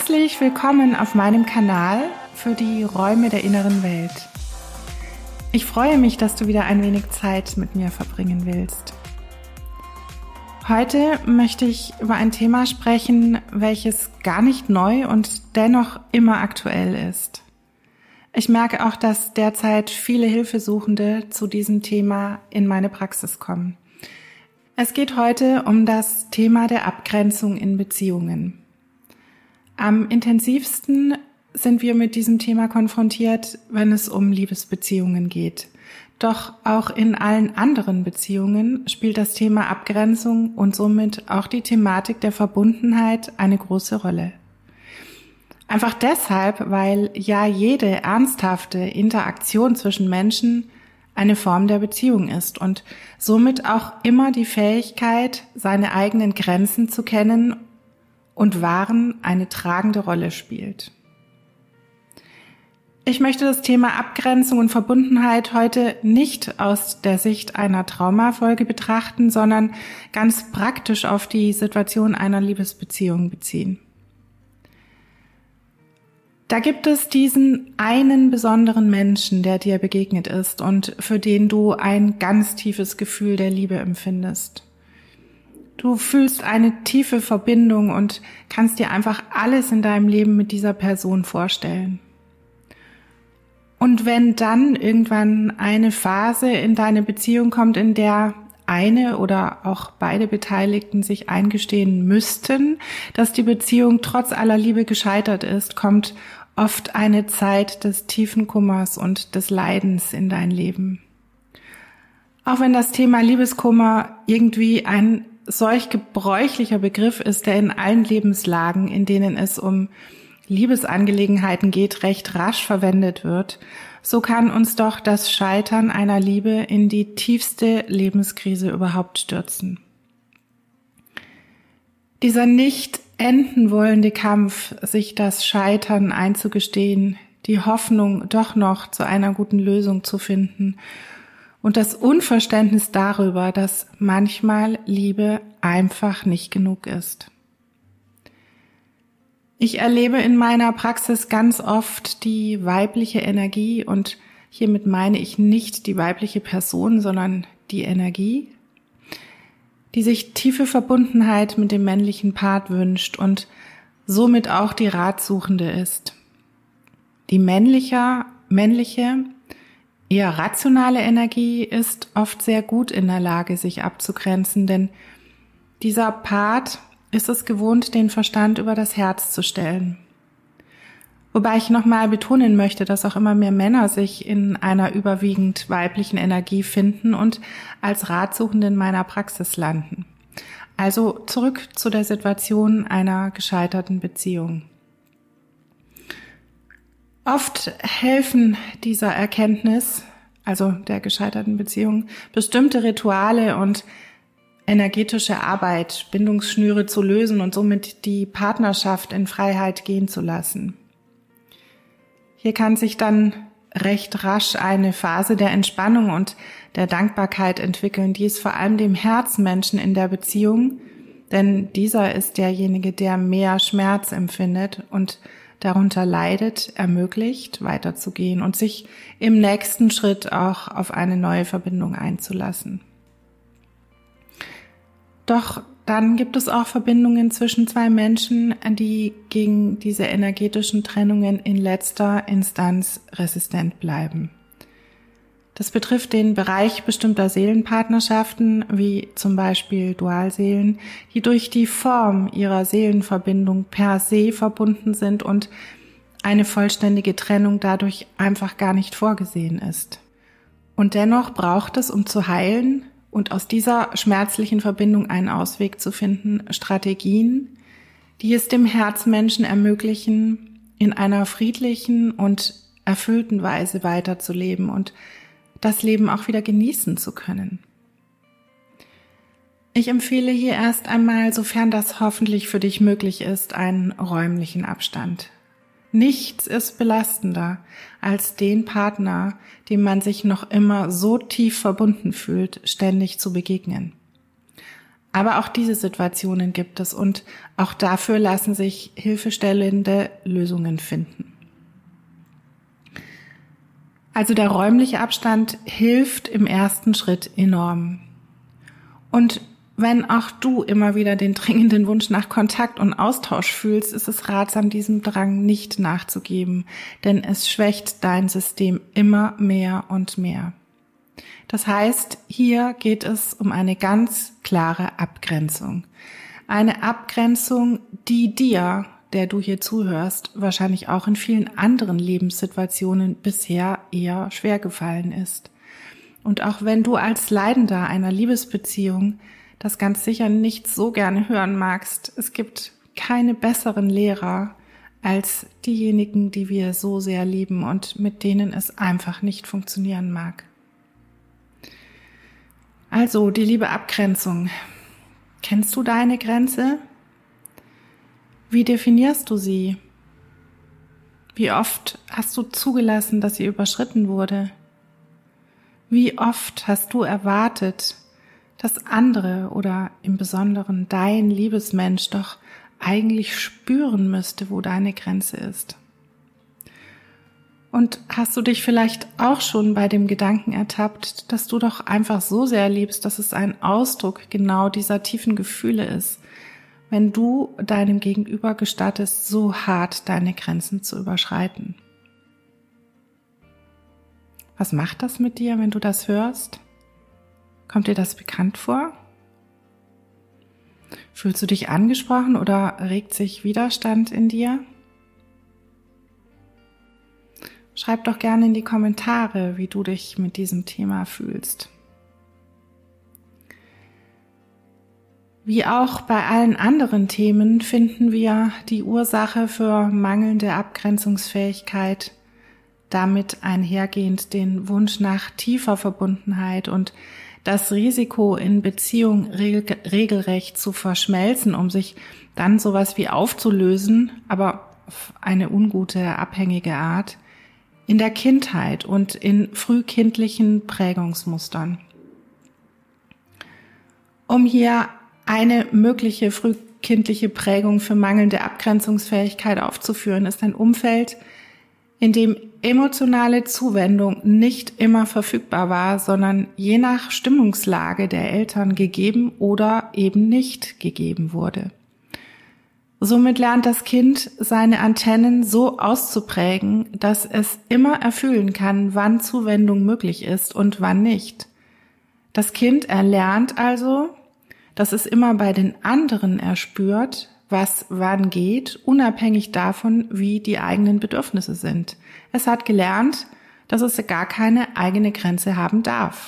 Herzlich willkommen auf meinem Kanal für die Räume der inneren Welt. Ich freue mich, dass du wieder ein wenig Zeit mit mir verbringen willst. Heute möchte ich über ein Thema sprechen, welches gar nicht neu und dennoch immer aktuell ist. Ich merke auch, dass derzeit viele Hilfesuchende zu diesem Thema in meine Praxis kommen. Es geht heute um das Thema der Abgrenzung in Beziehungen. Am intensivsten sind wir mit diesem Thema konfrontiert, wenn es um Liebesbeziehungen geht. Doch auch in allen anderen Beziehungen spielt das Thema Abgrenzung und somit auch die Thematik der Verbundenheit eine große Rolle. Einfach deshalb, weil ja jede ernsthafte Interaktion zwischen Menschen eine Form der Beziehung ist und somit auch immer die Fähigkeit, seine eigenen Grenzen zu kennen und wahren eine tragende Rolle spielt. Ich möchte das Thema Abgrenzung und Verbundenheit heute nicht aus der Sicht einer Traumafolge betrachten, sondern ganz praktisch auf die Situation einer Liebesbeziehung beziehen. Da gibt es diesen einen besonderen Menschen, der dir begegnet ist und für den du ein ganz tiefes Gefühl der Liebe empfindest. Du fühlst eine tiefe Verbindung und kannst dir einfach alles in deinem Leben mit dieser Person vorstellen. Und wenn dann irgendwann eine Phase in deine Beziehung kommt, in der eine oder auch beide Beteiligten sich eingestehen müssten, dass die Beziehung trotz aller Liebe gescheitert ist, kommt oft eine Zeit des tiefen Kummers und des Leidens in dein Leben. Auch wenn das Thema Liebeskummer irgendwie ein solch gebräuchlicher Begriff ist, der in allen Lebenslagen, in denen es um Liebesangelegenheiten geht, recht rasch verwendet wird, so kann uns doch das Scheitern einer Liebe in die tiefste Lebenskrise überhaupt stürzen. Dieser nicht enden wollende Kampf, sich das Scheitern einzugestehen, die Hoffnung, doch noch zu einer guten Lösung zu finden und das Unverständnis darüber, dass manchmal Liebe einfach nicht genug ist. Ich erlebe in meiner Praxis ganz oft die weibliche Energie und hiermit meine ich nicht die weibliche Person, sondern die Energie, die sich tiefe Verbundenheit mit dem männlichen Part wünscht und somit auch die Ratsuchende ist. Die männliche, eher rationale Energie ist oft sehr gut in der Lage, sich abzugrenzen, denn dieser Part ist es gewohnt, den Verstand über das Herz zu stellen. Wobei ich nochmal betonen möchte, dass auch immer mehr Männer sich in einer überwiegend weiblichen Energie finden und als Ratsuchende in meiner Praxis landen. Also zurück zu der Situation einer gescheiterten Beziehung. Oft helfen dieser Erkenntnis, also der gescheiterten Beziehung, bestimmte Rituale und energetische Arbeit, Bindungsschnüre zu lösen und somit die Partnerschaft in Freiheit gehen zu lassen. Hier kann sich dann recht rasch eine Phase der Entspannung und der Dankbarkeit entwickeln, die es vor allem dem Herzmenschen in der Beziehung, denn dieser ist derjenige, der mehr Schmerz empfindet und darunter leidet, ermöglicht, weiterzugehen und sich im nächsten Schritt auch auf eine neue Verbindung einzulassen. Doch dann gibt es auch Verbindungen zwischen zwei Menschen, die gegen diese energetischen Trennungen in letzter Instanz resistent bleiben. Das betrifft den Bereich bestimmter Seelenpartnerschaften, wie zum Beispiel Dualseelen, die durch die Form ihrer Seelenverbindung per se verbunden sind und eine vollständige Trennung dadurch einfach gar nicht vorgesehen ist. Und dennoch braucht es, um zu heilen und aus dieser schmerzlichen Verbindung einen Ausweg zu finden, Strategien, die es dem Herzmenschen ermöglichen, in einer friedlichen und erfüllten Weise weiterzuleben und das Leben auch wieder genießen zu können. Ich empfehle hier erst einmal, sofern das hoffentlich für dich möglich ist, einen räumlichen Abstand. Nichts ist belastender als den Partner, dem man sich noch immer so tief verbunden fühlt, ständig zu begegnen. Aber auch diese Situationen gibt es und auch dafür lassen sich hilfestellende Lösungen finden. Also der räumliche Abstand hilft im ersten Schritt enorm. Und wenn auch du immer wieder den dringenden Wunsch nach Kontakt und Austausch fühlst, ist es ratsam, diesem Drang nicht nachzugeben, denn es schwächt dein System immer mehr und mehr. Das heißt, hier geht es um eine ganz klare Abgrenzung. Eine Abgrenzung, die dir, der du hier zuhörst, wahrscheinlich auch in vielen anderen Lebenssituationen bisher eher schwer gefallen ist. Und auch wenn du als Leidender einer Liebesbeziehung das ganz sicher nicht so gerne hören magst, es gibt keine besseren Lehrer als diejenigen, die wir so sehr lieben und mit denen es einfach nicht funktionieren mag. Also, die liebe Abgrenzung. Kennst du deine Grenze? Wie definierst du sie? Wie oft hast du zugelassen, dass sie überschritten wurde? Wie oft hast du erwartet, dass andere oder im Besonderen dein Liebesmensch doch eigentlich spüren müsste, wo deine Grenze ist? Und hast du dich vielleicht auch schon bei dem Gedanken ertappt, dass du doch einfach so sehr liebst, dass es ein Ausdruck genau dieser tiefen Gefühle ist, wenn du deinem Gegenüber gestattest, so hart deine Grenzen zu überschreiten? Was macht das mit dir, wenn du das hörst? Kommt dir das bekannt vor? Fühlst du dich angesprochen oder regt sich Widerstand in dir? Schreib doch gerne in die Kommentare, wie du dich mit diesem Thema fühlst. Wie auch bei allen anderen Themen finden wir die Ursache für mangelnde Abgrenzungsfähigkeit, damit einhergehend den Wunsch nach tiefer Verbundenheit und das Risiko, in Beziehung regelrecht zu verschmelzen, um sich dann sowas wie aufzulösen, aber auf eine ungute, abhängige Art, in der Kindheit und in frühkindlichen Prägungsmustern. Um hier eine mögliche frühkindliche Prägung für mangelnde Abgrenzungsfähigkeit aufzuführen, ist ein Umfeld, in dem emotionale Zuwendung nicht immer verfügbar war, sondern je nach Stimmungslage der Eltern gegeben oder eben nicht gegeben wurde. Somit lernt das Kind, seine Antennen so auszuprägen, dass es immer erfühlen kann, wann Zuwendung möglich ist und wann nicht. Das Kind erlernt also, dass es immer bei den anderen erspürt, was wann geht, unabhängig davon, wie die eigenen Bedürfnisse sind. Es hat gelernt, dass es gar keine eigene Grenze haben darf.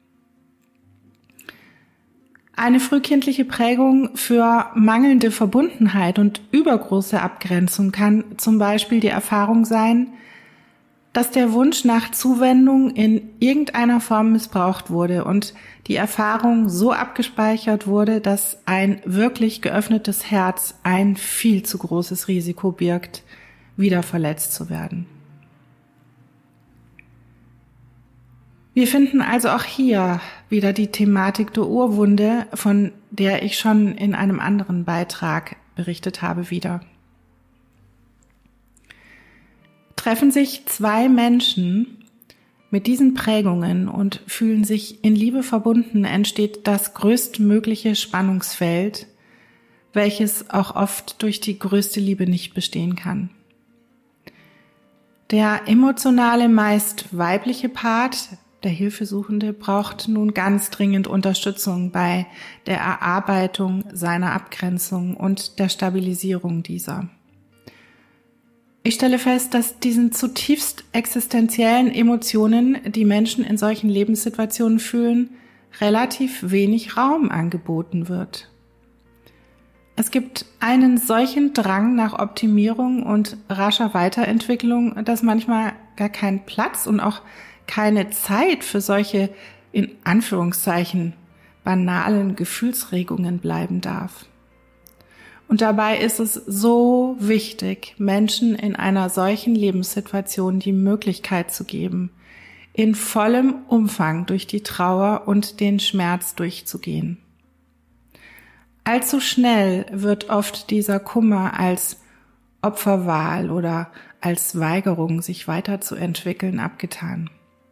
Eine frühkindliche Prägung für mangelnde Verbundenheit und übergroße Abgrenzung kann zum Beispiel die Erfahrung sein, dass der Wunsch nach Zuwendung in irgendeiner Form missbraucht wurde und die Erfahrung so abgespeichert wurde, dass ein wirklich geöffnetes Herz ein viel zu großes Risiko birgt, wieder verletzt zu werden. Wir finden also auch hier wieder die Thematik der Urwunde, von der ich schon in einem anderen Beitrag berichtet habe, wieder. Treffen sich zwei Menschen mit diesen Prägungen und fühlen sich in Liebe verbunden, entsteht das größtmögliche Spannungsfeld, welches auch oft durch die größte Liebe nicht bestehen kann. Der emotionale, meist weibliche Part, der Hilfesuchende, braucht nun ganz dringend Unterstützung bei der Erarbeitung seiner Abgrenzung und der Stabilisierung dieser. Ich stelle fest, dass diesen zutiefst existenziellen Emotionen, die Menschen in solchen Lebenssituationen fühlen, relativ wenig Raum angeboten wird. Es gibt einen solchen Drang nach Optimierung und rascher Weiterentwicklung, dass manchmal gar kein Platz und auch keine Zeit für solche, in Anführungszeichen, banalen Gefühlsregungen bleiben darf. Und dabei ist es so wichtig, Menschen in einer solchen Lebenssituation die Möglichkeit zu geben, in vollem Umfang durch die Trauer und den Schmerz durchzugehen. Allzu schnell wird oft dieser Kummer als Opferwahl oder als Weigerung, sich weiterzuentwickeln, abgetan.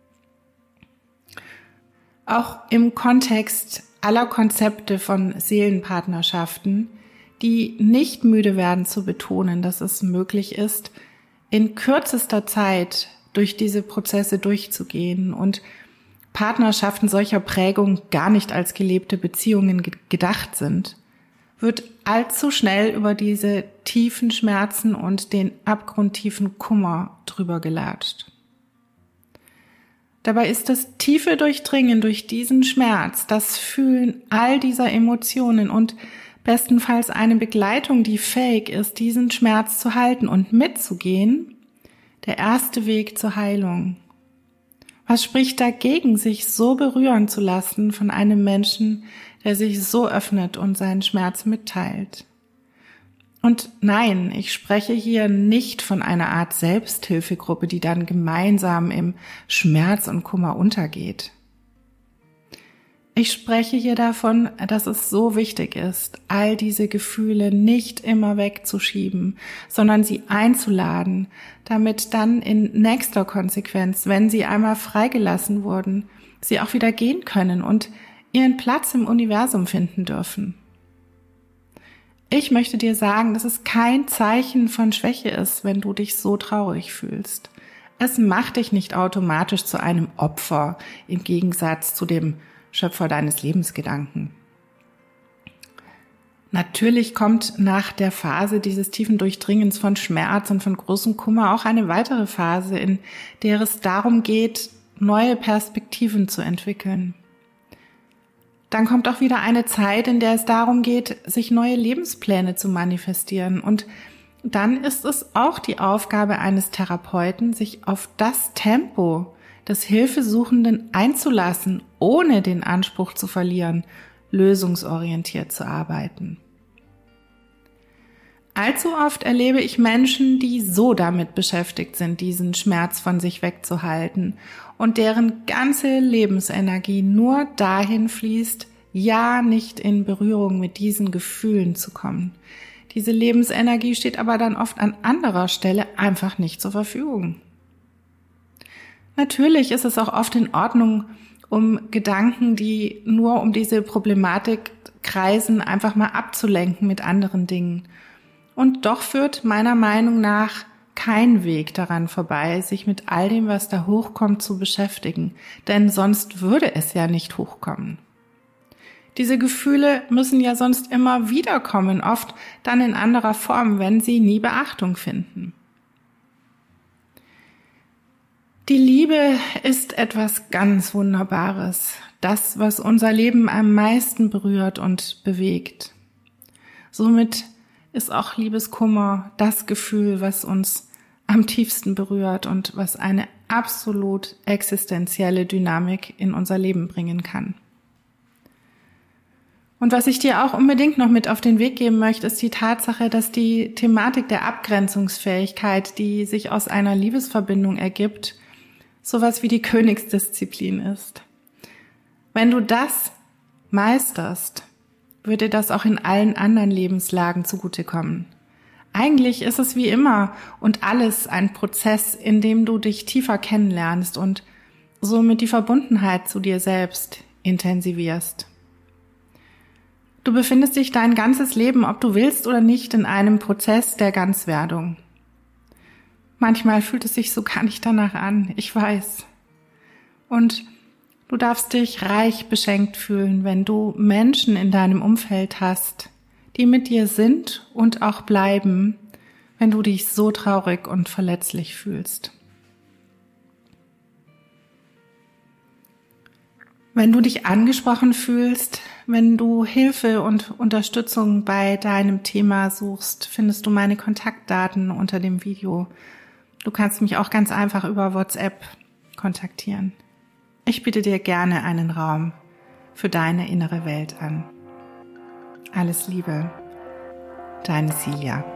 Auch im Kontext aller Konzepte von Seelenpartnerschaften, die nicht müde werden zu betonen, dass es möglich ist, in kürzester Zeit durch diese Prozesse durchzugehen und Partnerschaften solcher Prägung gar nicht als gelebte Beziehungen gedacht sind, wird allzu schnell über diese tiefen Schmerzen und den abgrundtiefen Kummer drüber gelatscht. Dabei ist das tiefe Durchdringen durch diesen Schmerz, das Fühlen all dieser Emotionen und bestenfalls eine Begleitung, die fähig ist, diesen Schmerz zu halten und mitzugehen, der erste Weg zur Heilung. Was spricht dagegen, sich so berühren zu lassen von einem Menschen, der sich so öffnet und seinen Schmerz mitteilt? Und nein, ich spreche hier nicht von einer Art Selbsthilfegruppe, die dann gemeinsam im Schmerz und Kummer untergeht. Ich spreche hier davon, dass es so wichtig ist, all diese Gefühle nicht immer wegzuschieben, sondern sie einzuladen, damit dann in nächster Konsequenz, wenn sie einmal freigelassen wurden, sie auch wieder gehen können und ihren Platz im Universum finden dürfen. Ich möchte dir sagen, dass es kein Zeichen von Schwäche ist, wenn du dich so traurig fühlst. Es macht dich nicht automatisch zu einem Opfer im Gegensatz zu dem Schöpfer deines Lebensgedanken. Natürlich kommt nach der Phase dieses tiefen Durchdringens von Schmerz und von großem Kummer auch eine weitere Phase, in der es darum geht, neue Perspektiven zu entwickeln. Dann kommt auch wieder eine Zeit, in der es darum geht, sich neue Lebenspläne zu manifestieren. Und dann ist es auch die Aufgabe eines Therapeuten, sich auf das Tempo des Hilfesuchenden einzulassen, ohne den Anspruch zu verlieren, lösungsorientiert zu arbeiten. Allzu oft erlebe ich Menschen, die so damit beschäftigt sind, diesen Schmerz von sich wegzuhalten und deren ganze Lebensenergie nur dahin fließt, ja nicht in Berührung mit diesen Gefühlen zu kommen. Diese Lebensenergie steht aber dann oft an anderer Stelle einfach nicht zur Verfügung. Natürlich ist es auch oft in Ordnung, um Gedanken, die nur um diese Problematik kreisen, einfach mal abzulenken mit anderen Dingen. Und doch führt meiner Meinung nach kein Weg daran vorbei, sich mit all dem, was da hochkommt, zu beschäftigen. Denn sonst würde es ja nicht hochkommen. Diese Gefühle müssen ja sonst immer wieder kommen, oft dann in anderer Form, wenn sie nie Beachtung finden. Die Liebe ist etwas ganz Wunderbares, das, was unser Leben am meisten berührt und bewegt. Somit ist auch Liebeskummer das Gefühl, was uns am tiefsten berührt und was eine absolut existenzielle Dynamik in unser Leben bringen kann. Und was ich dir auch unbedingt noch mit auf den Weg geben möchte, ist die Tatsache, dass die Thematik der Abgrenzungsfähigkeit, die sich aus einer Liebesverbindung ergibt, sowas wie die Königsdisziplin ist. Wenn du das meisterst, würde das auch in allen anderen Lebenslagen zugutekommen. Eigentlich ist es wie immer und alles ein Prozess, in dem du dich tiefer kennenlernst und somit die Verbundenheit zu dir selbst intensivierst. Du befindest dich dein ganzes Leben, ob du willst oder nicht, in einem Prozess der Ganzwerdung. Manchmal fühlt es sich so gar nicht danach an, ich weiß. Und du darfst dich reich beschenkt fühlen, wenn du Menschen in deinem Umfeld hast, die mit dir sind und auch bleiben, wenn du dich so traurig und verletzlich fühlst. Wenn du dich angesprochen fühlst, wenn du Hilfe und Unterstützung bei deinem Thema suchst, findest du meine Kontaktdaten unter dem Video. Du kannst mich auch ganz einfach über WhatsApp kontaktieren. Ich biete dir gerne einen Raum für deine innere Welt an. Alles Liebe, deine Silja.